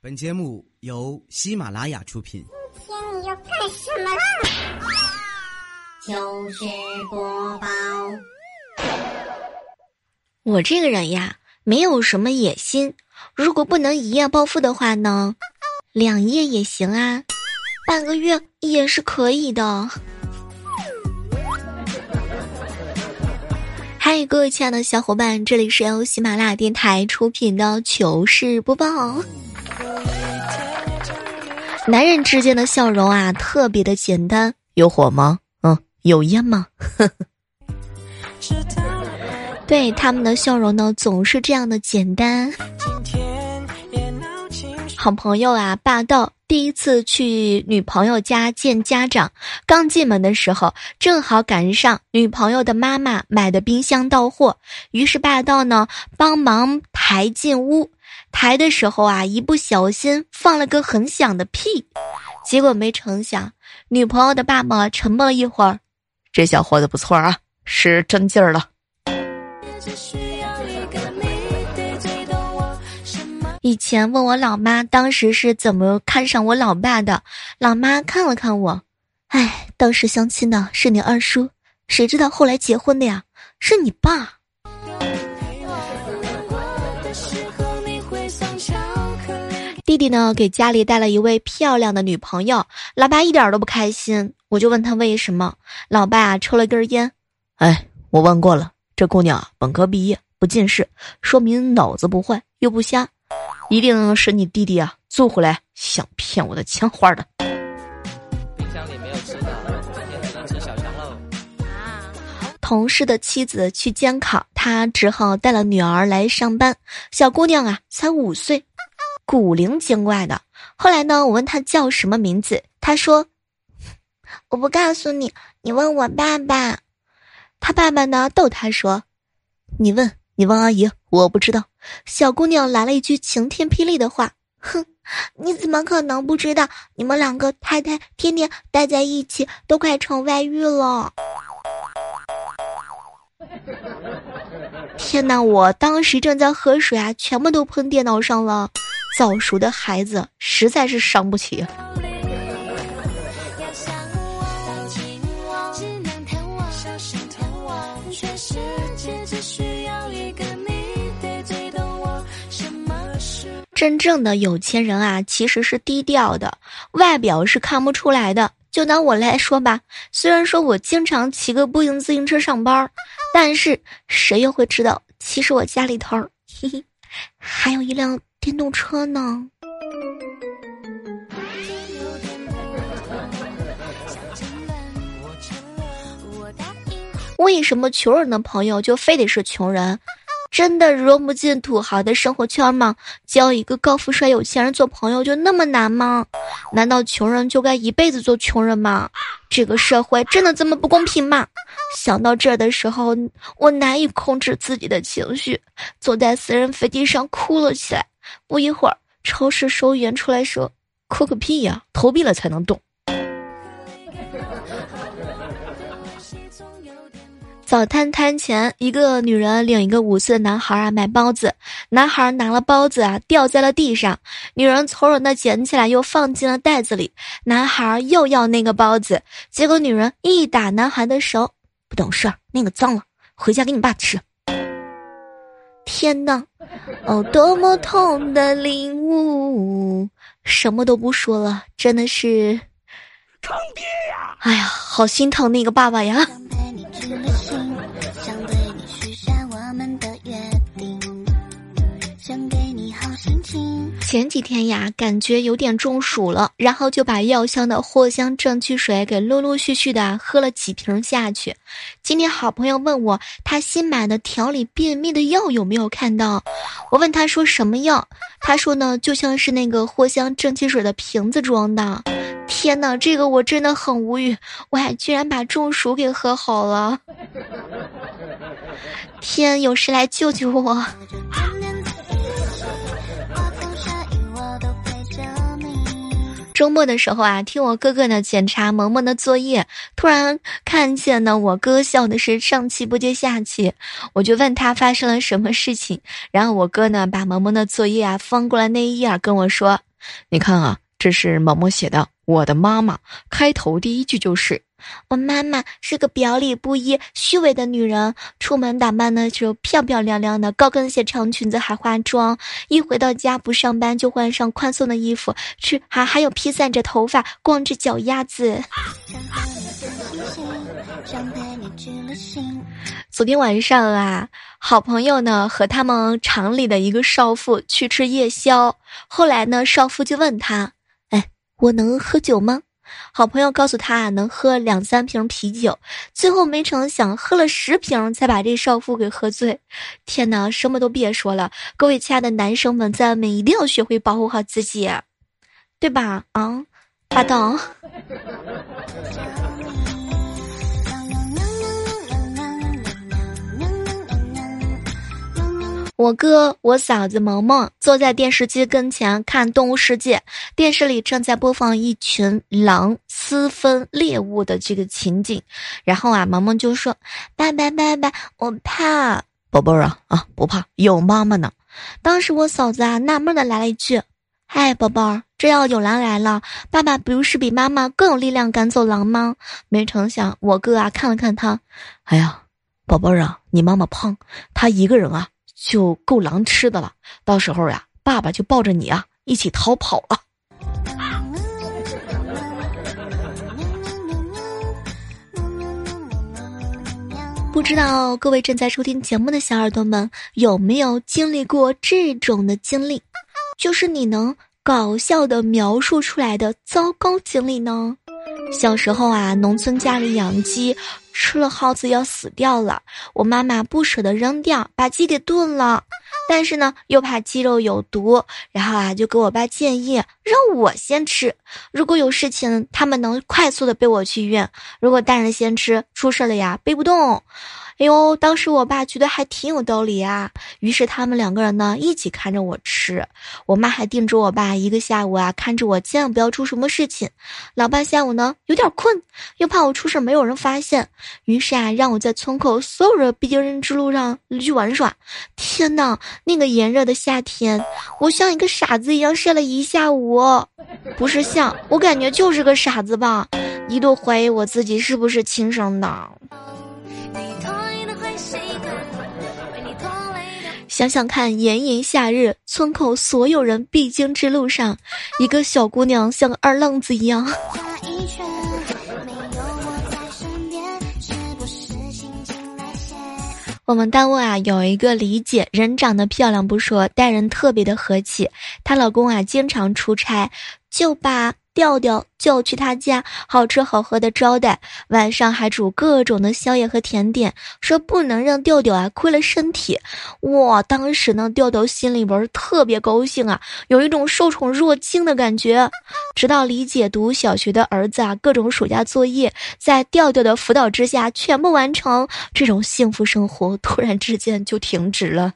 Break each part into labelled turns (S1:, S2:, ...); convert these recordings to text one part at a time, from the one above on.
S1: 本节目由喜马拉雅出品。
S2: 今天你要干什么啦？
S3: 糗事播报。
S4: 我这个人呀，没有什么野心，如果不能一夜暴富的话呢，2夜也行啊，半个月也是可以的。嗨，各位亲爱的小伙伴，这里是由喜马拉雅电台出品的糗事播报。男人之间的笑容啊，特别的简单。有火吗？有烟吗？对，他们的笑容呢，总是这样的简单。好朋友啊，霸道第一次去女朋友家见家长，刚进门的时候，正好赶上女朋友的妈妈买的冰箱到货，于是霸道呢帮忙抬进屋。抬的时候啊，一不小心放了个很响的屁，结果没成想，女朋友的爸爸沉默了一会儿，这小伙子不错啊，是真劲儿了。以前问我老妈当时是怎么看上我老爸的，老妈看了看我，当时相亲的是你二叔，谁知道后来结婚的呀，是你爸。弟弟呢给家里带了一位漂亮的女朋友，老爸一点都不开心，我就问他为什么，老爸抽了根烟，我问过了，这姑娘本科毕业不近视，说明脑子不坏又不瞎，一定是你弟弟啊租回来想骗我的钱花的。
S5: 冰箱里没有吃的，今天只能吃小强喽。
S4: 同事的妻子去监考，他只好带了女儿来上班。小姑娘啊才5岁，古灵精怪的。后来呢，我问她叫什么名字，她说
S2: 我不告诉你，你问我爸爸。
S4: 她爸爸呢逗她说，你问阿姨，我不知道。小姑娘来了一句晴天霹雳的话，
S2: 哼，你怎么可能不知道？你们2个太太天天待在一起，都快成外遇了。
S4: 天哪，我当时正在喝水啊，全部都喷电脑上了。早熟的孩子实在是伤不起。真正的有钱人啊，其实是低调的，外表是看不出来的。就拿我来说吧，虽然说我经常骑个步行自行车上班，但是谁又会知道，其实我家里头还有一辆电动车呢。为什么穷人的朋友就非得是穷人？真的融不进土豪的生活圈吗？交一个高富帅有钱人做朋友就那么难吗？难道穷人就该一辈子做穷人吗？这个社会真的这么不公平吗？想到这儿的时候，我难以控制自己的情绪，坐在私人飞机上哭了起来。不一会儿，超市收银出来说，哭个屁呀，投币了才能动。早摊摊前，一个女人领一个5岁的男孩啊买包子，男孩拿了包子啊掉在了地上，女人从容的捡起来又放进了袋子里，男孩又要那个包子，结果女人一打男孩的手，不懂事儿，那个脏了，回家给你爸吃。天哪，多么痛的领悟，什么都不说了，真的是坑爹呀！好心疼那个爸爸呀。前几天呀，感觉有点中暑了，然后就把药香的藿香正气水给陆陆续续的喝了几瓶下去。今天好朋友问我，他新买的调理便秘的药有没有看到？我问他说什么药？他说呢，就像是那个藿香正气水的瓶子装的。天哪，这个我真的很无语，我还居然把中暑给喝好了。天，有谁来救救我？周末的时候啊，听我哥哥呢检查萌萌的作业，突然看见呢我哥笑的是上气不接下气，我就问他发生了什么事情，然后我哥呢把萌萌的作业啊翻过来那一页跟我说， 你看啊，这是萌萌写的，我的妈妈，开头第一句就是
S2: 我妈妈是个表里不一、虚伪的女人，出门打扮呢就漂漂亮亮的，高跟鞋、长裙子还化妆，一回到家不上班就换上宽松的衣服，还有披散着头发，光着脚丫子。昨天晚上啊，好朋友呢和他们厂里的一个少妇去吃夜宵，后来呢少妇就问他，我能喝酒吗？好朋友告诉他能喝2-3瓶啤酒，最后没成想喝了10瓶才把这少妇给喝醉。天哪，什么都别说了，各位亲爱的男生们，在外面一定要学会保护好自己，对吧？啊，霸道。我哥我嫂子萌萌坐在电视机跟前看动物世界，电视里正在播放一群狼私分猎物的这个情景，然后啊萌萌就说，爸爸我怕。宝贝儿啊不怕，有妈妈呢。当时我嫂子啊纳闷的来了一句，嗨宝贝儿，这要有狼来了，爸爸不是比妈妈更有力量赶走狼吗？没成想我哥啊看了看他，哎呀宝贝儿啊，你妈妈胖，她一个人啊就够狼吃的了，到时候呀，爸爸就抱着你啊一起逃跑了。不知道各位正在收听节目的小耳朵们有没有经历过这种的经历，就是你能搞笑的描述出来的糟糕经历呢？小时候啊，农村家里养鸡，吃了耗子要死掉了，我妈妈不舍得扔掉，把鸡给炖了，但是呢又怕鸡肉有毒，然后啊就给我爸建议让我先吃，如果有事情他们能快速的背我去医院，如果大人先吃出事了呀背不动。哎呦，当时我爸觉得还挺有道理啊，于是他们2个人呢一起看着我吃，我妈还叮嘱我爸一个下午啊看着我千万不要出什么事情。老爸下午呢有点困，又怕我出事没有人发现，于是啊让我在村口所有的必经人之路上去玩耍。天哪，那个炎热的夏天，我像一个傻子一样晒了一下午，不是像，我感觉就是个傻子吧，一度怀疑我自己是不是亲生的。想想看，炎炎夏日，村口所有人必经之路上，一个小姑娘像个二愣子一样。我们单位啊有一个李姐，人长得漂亮不说，待人特别的和气。她老公啊经常出差，就把调调叫去他家，好吃好喝的招待，晚上还煮各种的宵夜和甜点，说不能让调调啊亏了身体。哇，当时呢调调心里边特别高兴啊，有一种受宠若惊的感觉。直到李姐读小学的儿子啊各种暑假作业在调调的辅导之下全部完成，这种幸福生活突然之间就停止了。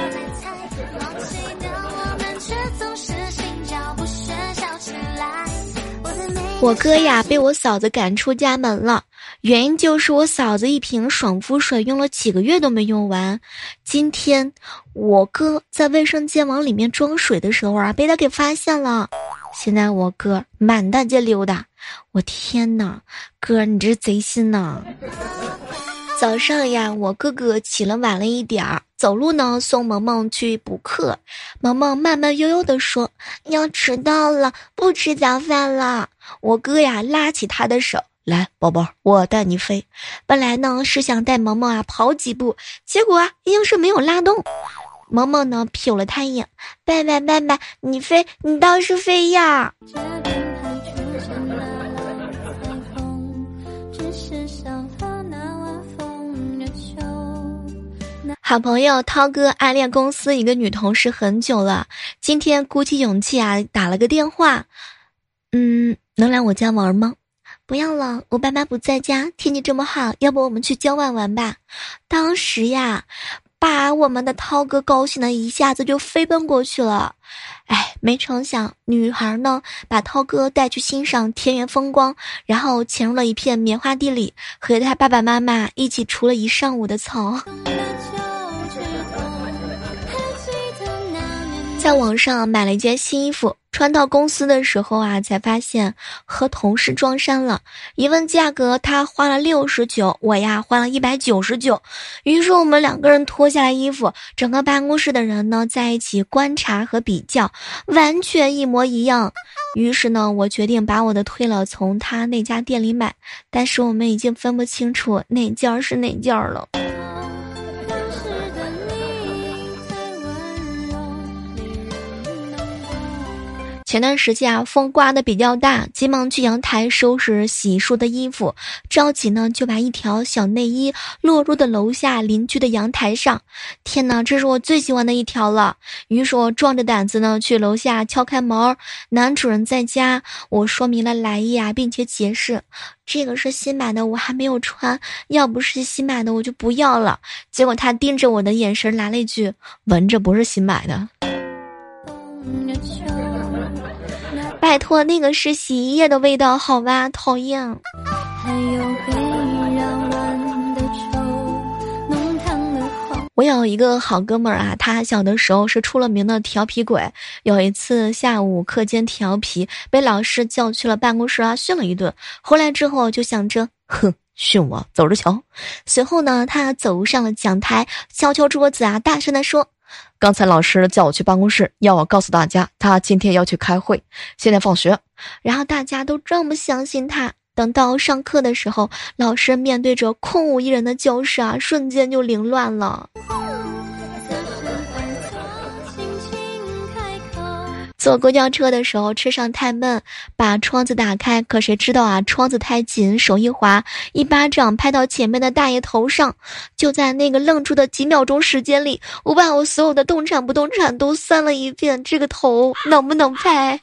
S2: 我哥呀被我嫂子赶出家门了，原因就是我嫂子一瓶爽肤水用了几个月都没用完。今天我哥在卫生间往里面装水的时候啊被他给发现了，现在我哥满大街溜达。我天哪，哥你这是贼心呐。早上呀我哥哥起了晚了一点儿，走路呢送萌萌去补课，萌萌慢慢悠悠地说要迟到了，不吃早饭了。我哥呀拉起他的手，来宝宝我带你飞。本来呢是想带萌萌啊跑几步，结果啊硬是没有拉动。萌萌呢瞟了他一眼，爸爸你飞，你倒是飞呀。好朋友涛哥暗恋公司一个女同事很久了，今天鼓起勇气啊打了个电话，能来我家玩吗？不要了，我爸妈不在家，天气这么好，要不我们去郊外玩吧。当时呀把我们的涛哥高兴的一下子就飞奔过去了。没成想女孩呢把涛哥带去欣赏田园风光，然后潜入了一片棉花地里，和他爸爸妈妈一起除了一上午的草。
S4: 在网上买了一件新衣服，穿到公司的时候啊，才发现和同事撞衫了。一问价格，他花了69，我呀花了199。于是我们2个人脱下来衣服，整个办公室的人呢在一起观察和比较，完全一模一样。于是呢，我决定把我的退了，从他那家店里买。但是我们已经分不清楚哪件是哪件了。前段时间啊，风刮得比较大，急忙去阳台收拾洗漱的衣服，着急呢就把一条小内衣落入的楼下邻居的阳台上。天哪，这是我最喜欢的一条了。于是我壮着胆子呢去楼下敲开门，男主人在家，我说明了来意啊，并且解释这个是新买的，我还没有穿，要不是新买的我就不要了。结果他盯着我的眼神来了一句，闻着不是新买的。拜托，那个是洗衣液的味道，好吧，讨厌。我有一个好哥们儿啊，他小的时候是出了名的调皮鬼。有一次下午课间调皮，被老师叫去了办公室啊，训了一顿。回来之后就想着，训我，走着瞧。随后呢，他走上了讲台，敲敲桌子啊，大声地说，刚才老师叫我去办公室，要我告诉大家他今天要去开会，现在放学。然后大家都这么相信他。等到上课的时候，老师面对着空无一人的教室啊，瞬间就凌乱了。坐公交车的时候车上太闷，把窗子打开，可谁知道啊，窗子太紧，手一滑，一巴掌拍到前面的大爷头上。就在那个愣住的几秒钟时间里，我把我所有的动产不动产都算了一遍，这个头能不能拍？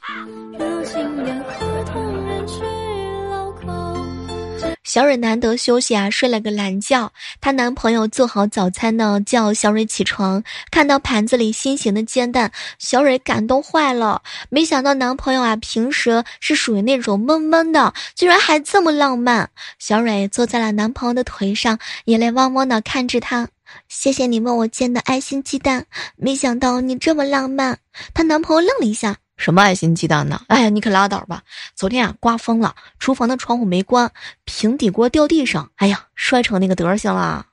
S4: 小蕊难得休息啊，睡了个懒觉。她男朋友做好早餐呢，叫小蕊起床，看到盘子里新型的煎蛋，小蕊感动坏了。没想到男朋友啊，平时是属于那种闷闷的，居然还这么浪漫。小蕊坐在了男朋友的腿上，眼泪汪汪的看着他，谢谢你问我煎的爱心鸡蛋，没想到你这么浪漫。她男朋友愣了一下，什么爱心鸡蛋呢？哎呀，你可拉倒吧！昨天啊，刮风了，厨房的窗户没关，平底锅掉地上，哎呀，摔成那个德行了。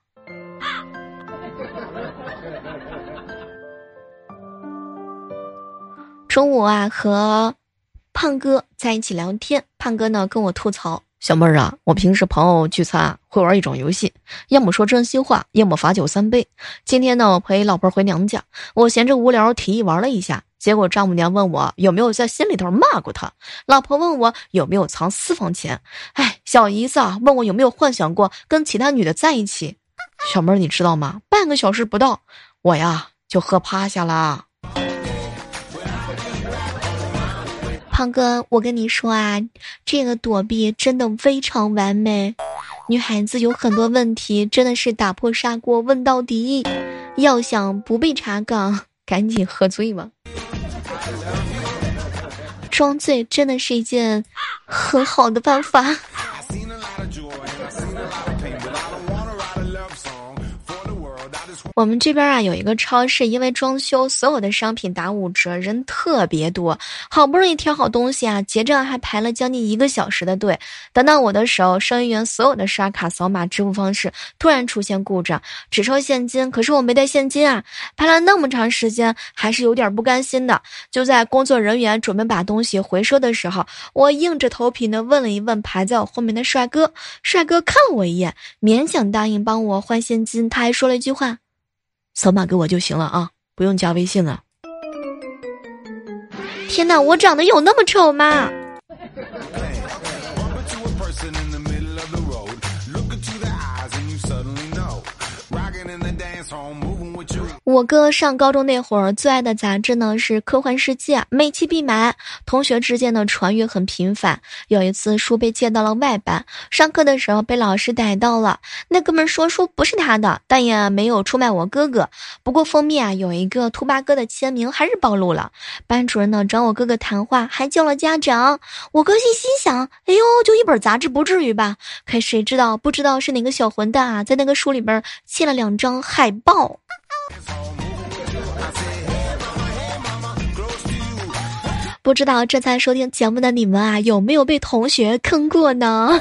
S4: 中午啊，和胖哥在一起聊天，胖哥呢跟我吐槽，小妹儿啊，我平时朋友聚餐会玩一种游戏，要么说真心话，要么罚酒3杯。今天呢，我陪老婆回娘家，我闲着无聊提议玩了一下，结果丈母娘问我有没有在心里头骂过她，老婆问我有没有藏私房钱，小姨子啊问我有没有幻想过跟其他女的在一起。小妹儿你知道吗？半个小时不到，我呀就喝趴下了。胖哥，我跟你说啊，这个躲避真的非常完美。女孩子有很多问题，真的是打破砂锅问到底。要想不被查岗，赶紧喝醉吧。装醉真的是一件很好的办法。我们这边啊有一个超市，因为装修，所有的商品打5折，人特别多。好不容易挑好东西啊，结账还排了将近1个小时的队。等到我的时候，收银员所有的刷卡、扫码、支付方式突然出现故障，只收现金。可是我没带现金啊，排了那么长时间，还是有点不甘心的。就在工作人员准备把东西回收的时候，我硬着头皮呢问了一问排在我后面的帅哥。帅哥看了我一眼，勉强答应帮我换现金。他还说了一句话，扫码给我就行了啊，不用加微信了。天哪，我长得有那么丑吗？我哥上高中那会儿最爱的杂志呢是科幻世界，每期必买。同学之间的传阅很频繁。有一次书被借到了外班，上课的时候被老师逮到了。那哥们说书不是他的，但也没有出卖我哥哥。不过封面啊有一个兔八哥的签名还是暴露了。班主任呢找我哥哥谈话，还叫了家长。我哥心想，哎呦，就一本杂志不至于吧？可谁知道不知道是哪个小混蛋啊，在那个书里边切了2张海报。 不知道正在收听节目的你们啊，有没有被同学坑过呢？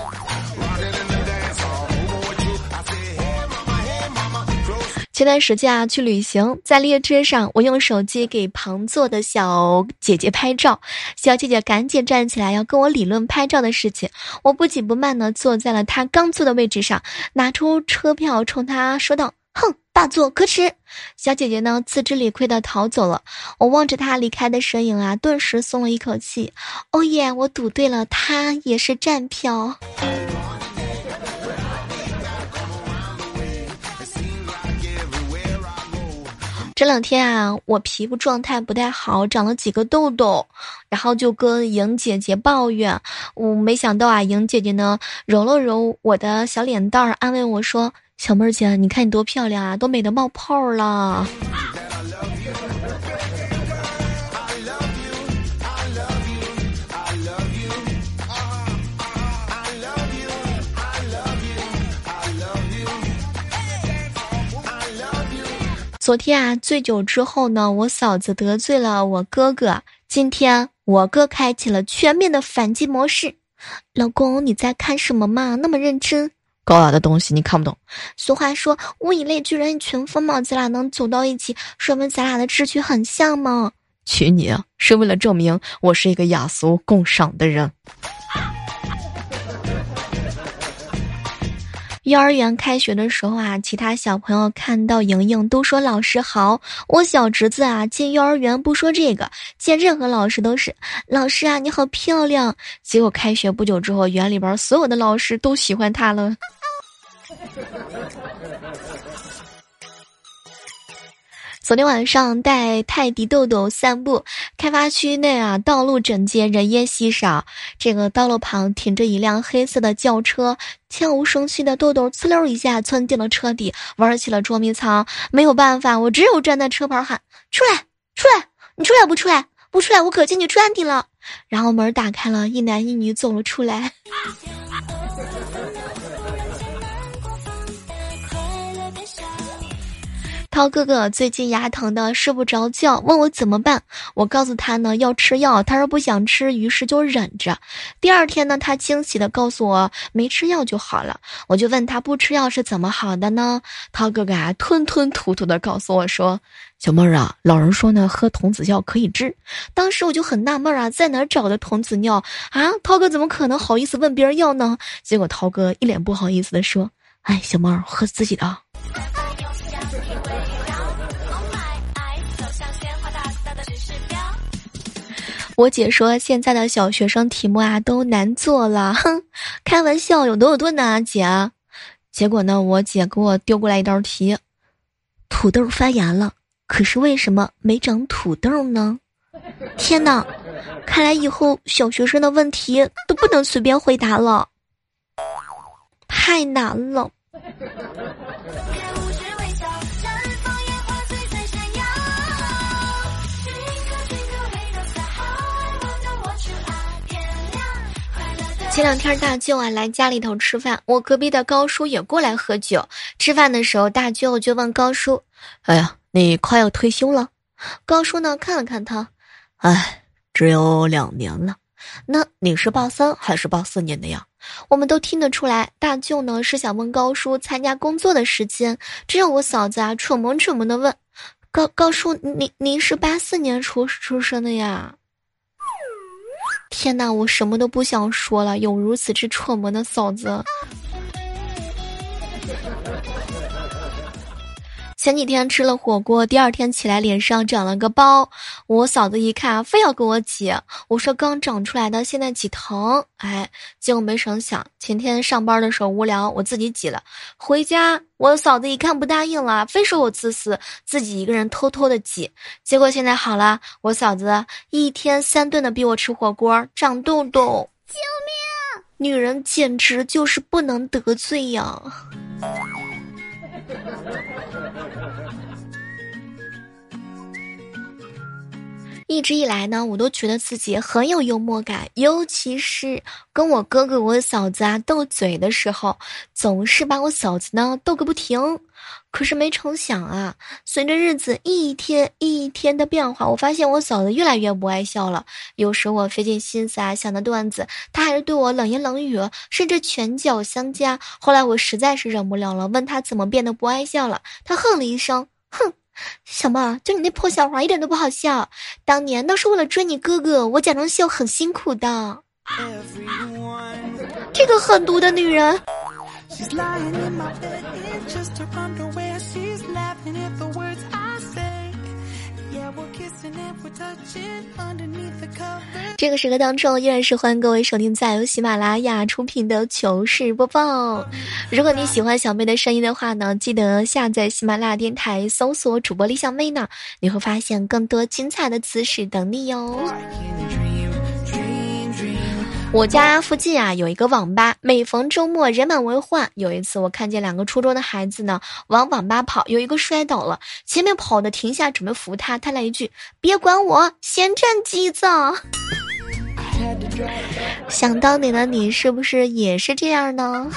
S4: 前段时间啊，去旅行，在列车上，我用手机给旁坐的小姐姐拍照，小姐姐赶紧站起来要跟我理论拍照的事情。我不紧不慢地坐在了她刚坐的位置上，拿出车票冲她说道：“哼，大作可耻！”小姐姐呢，自知理亏地逃走了。我望着她离开的身影啊，顿时松了一口气。哦耶，我赌对了，她也是站票。这两天啊，我皮肤状态不太好，长了几个痘痘，然后就跟莹姐姐抱怨。我没想到啊，莹姐姐呢揉了揉我的小脸蛋儿，安慰我说：“小妹儿姐，你看你多漂亮啊，都美得冒泡了。”昨天啊，醉酒之后呢，我嫂子得罪了我哥哥。今天我哥开启了全面的反击模式。老公，你在看什么嘛？那么认真？高雅的东西你看不懂。俗话说，物以类聚，人以群分嘛，咱俩能走到一起，说明咱俩的志趣很像嘛。娶你啊，是为了证明我是一个雅俗共赏的人。幼儿园开学的时候啊，其他小朋友看到莹莹都说老师好。我小侄子啊进幼儿园不说这个，见任何老师都是老师啊你好漂亮。结果开学不久之后，园里边所有的老师都喜欢他了。昨天晚上带泰迪豆豆散步，开发区内啊，道路整洁，人烟稀少。这个道路旁停着一辆黑色的轿车，悄无声息的豆豆呲溜一下窜进了车底，玩起了捉迷藏。没有办法，我只有站在车牌喊：“出来，出来！你出来不出来？不出来，我可进去穿你了。”然后门打开了，一男一女走了出来。涛哥哥最近牙疼的睡不着觉，问我怎么办。我告诉他呢要吃药，他说不想吃，于是就忍着。第二天呢，他惊喜的告诉我没吃药就好了。我就问他不吃药是怎么好的呢？涛哥哥啊吞吞吐吐的告诉我说：“小妹儿啊，老人说呢喝童子药可以治。”当时我就很纳闷啊，在哪儿找的童子尿啊？涛哥怎么可能好意思问别人要呢？结果涛哥一脸不好意思的说：“哎，小妹儿喝自己的。”我姐说现在的小学生题目啊都难做了，哼，开玩笑，有多难啊姐。结果呢，我姐给我丢过来一道题：土豆发芽了，可是为什么没长土豆呢？天哪，看来以后小学生的问题都不能随便回答了，太难了。前两天大舅啊来家里头吃饭，我隔壁的高叔也过来喝酒。吃饭的时候，大舅就问高叔：“哎呀，你快要退休了？”高叔呢看了看他，哎，只有2年了。那你是报3还是报4年的呀？我们都听得出来，大舅呢是想问高叔参加工作的时间。只有我嫂子啊蠢萌蠢萌的问：“高叔，您是84年出生的呀？”天哪，我什么都不想说了，有如此之蠢萌的嫂子。前几天吃了火锅，第二天起来脸上长了个包，我嫂子一看非要跟我挤，我说刚长出来的现在挤疼，哎，结果没成想前天上班的时候无聊，我自己挤了，回家我嫂子一看不答应了，非说我自私，自己一个人偷偷的挤，结果现在好了，我嫂子1天3顿的逼我吃火锅，长痘痘，救命！女人简直就是不能得罪呀。 一直以来呢，我都觉得自己很有幽默感，尤其是跟我哥哥我嫂子啊斗嘴的时候，总是把我嫂子呢斗个不停。可是没成想啊，随着日子一天一天的变化，我发现我嫂子越来越不爱笑了。有时我费尽心思啊想的段子，她还是对我冷言冷语，甚至拳脚相加。后来我实在是忍不了了，问她怎么变得不爱笑了，她哼了一声，哼。小妹，就你那破笑话一点都不好笑。当年都是为了追你哥哥，我假装秀很辛苦的。这个狠毒的女人。这个时刻当中，依然是欢迎各位收听在由喜马拉雅出品的糗事播报。如果你喜欢小妹的声音的话呢，记得下载喜马拉雅电台，搜索主播李小妹呢，你会发现更多精彩的姿势等你哟。我家附近啊有一个网吧，每逢周末人满为患。有一次我看见2个初中的孩子呢往网吧跑，有一个摔倒了，前面跑的停下准备扶他，他来一句别管我，先占机子。想当年的你是不是也是这样呢？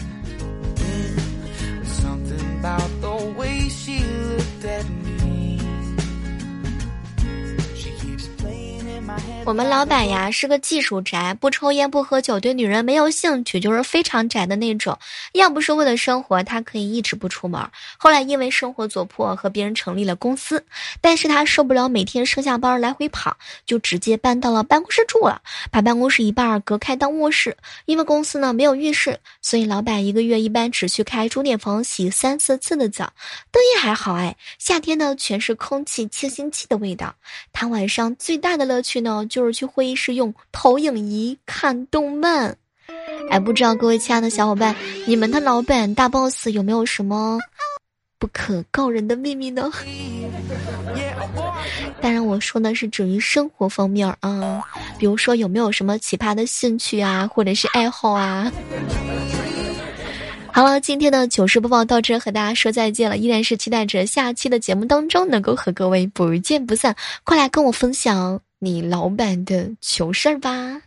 S4: 我们老板呀是个技术宅，不抽烟不喝酒，对女人没有兴趣，就是非常宅的那种。要不是为了生活，他可以一直不出门。后来因为生活所迫，和别人成立了公司，但是他受不了每天上下班来回跑，就直接搬到了办公室住了，把办公室一半隔开当卧室。因为公司呢没有浴室，所以老板1个月一般只去开钟点房洗3-4次的澡。灯也还好哎，夏天呢全是空气清新剂的味道。他晚上最大的乐趣呢就是去会议室用投影仪看动漫。哎，不知道各位亲爱的小伙伴，你们的老板大 boss 有没有什么不可告人的秘密呢？当然我说的是指于生活方面啊，比如说有没有什么奇葩的兴趣啊，或者是爱好啊。好了，今天的糗事播报到这和大家说再见了，依然是期待着下期的节目当中能够和各位不见不散。快来跟我分享你老板的糗事儿吧。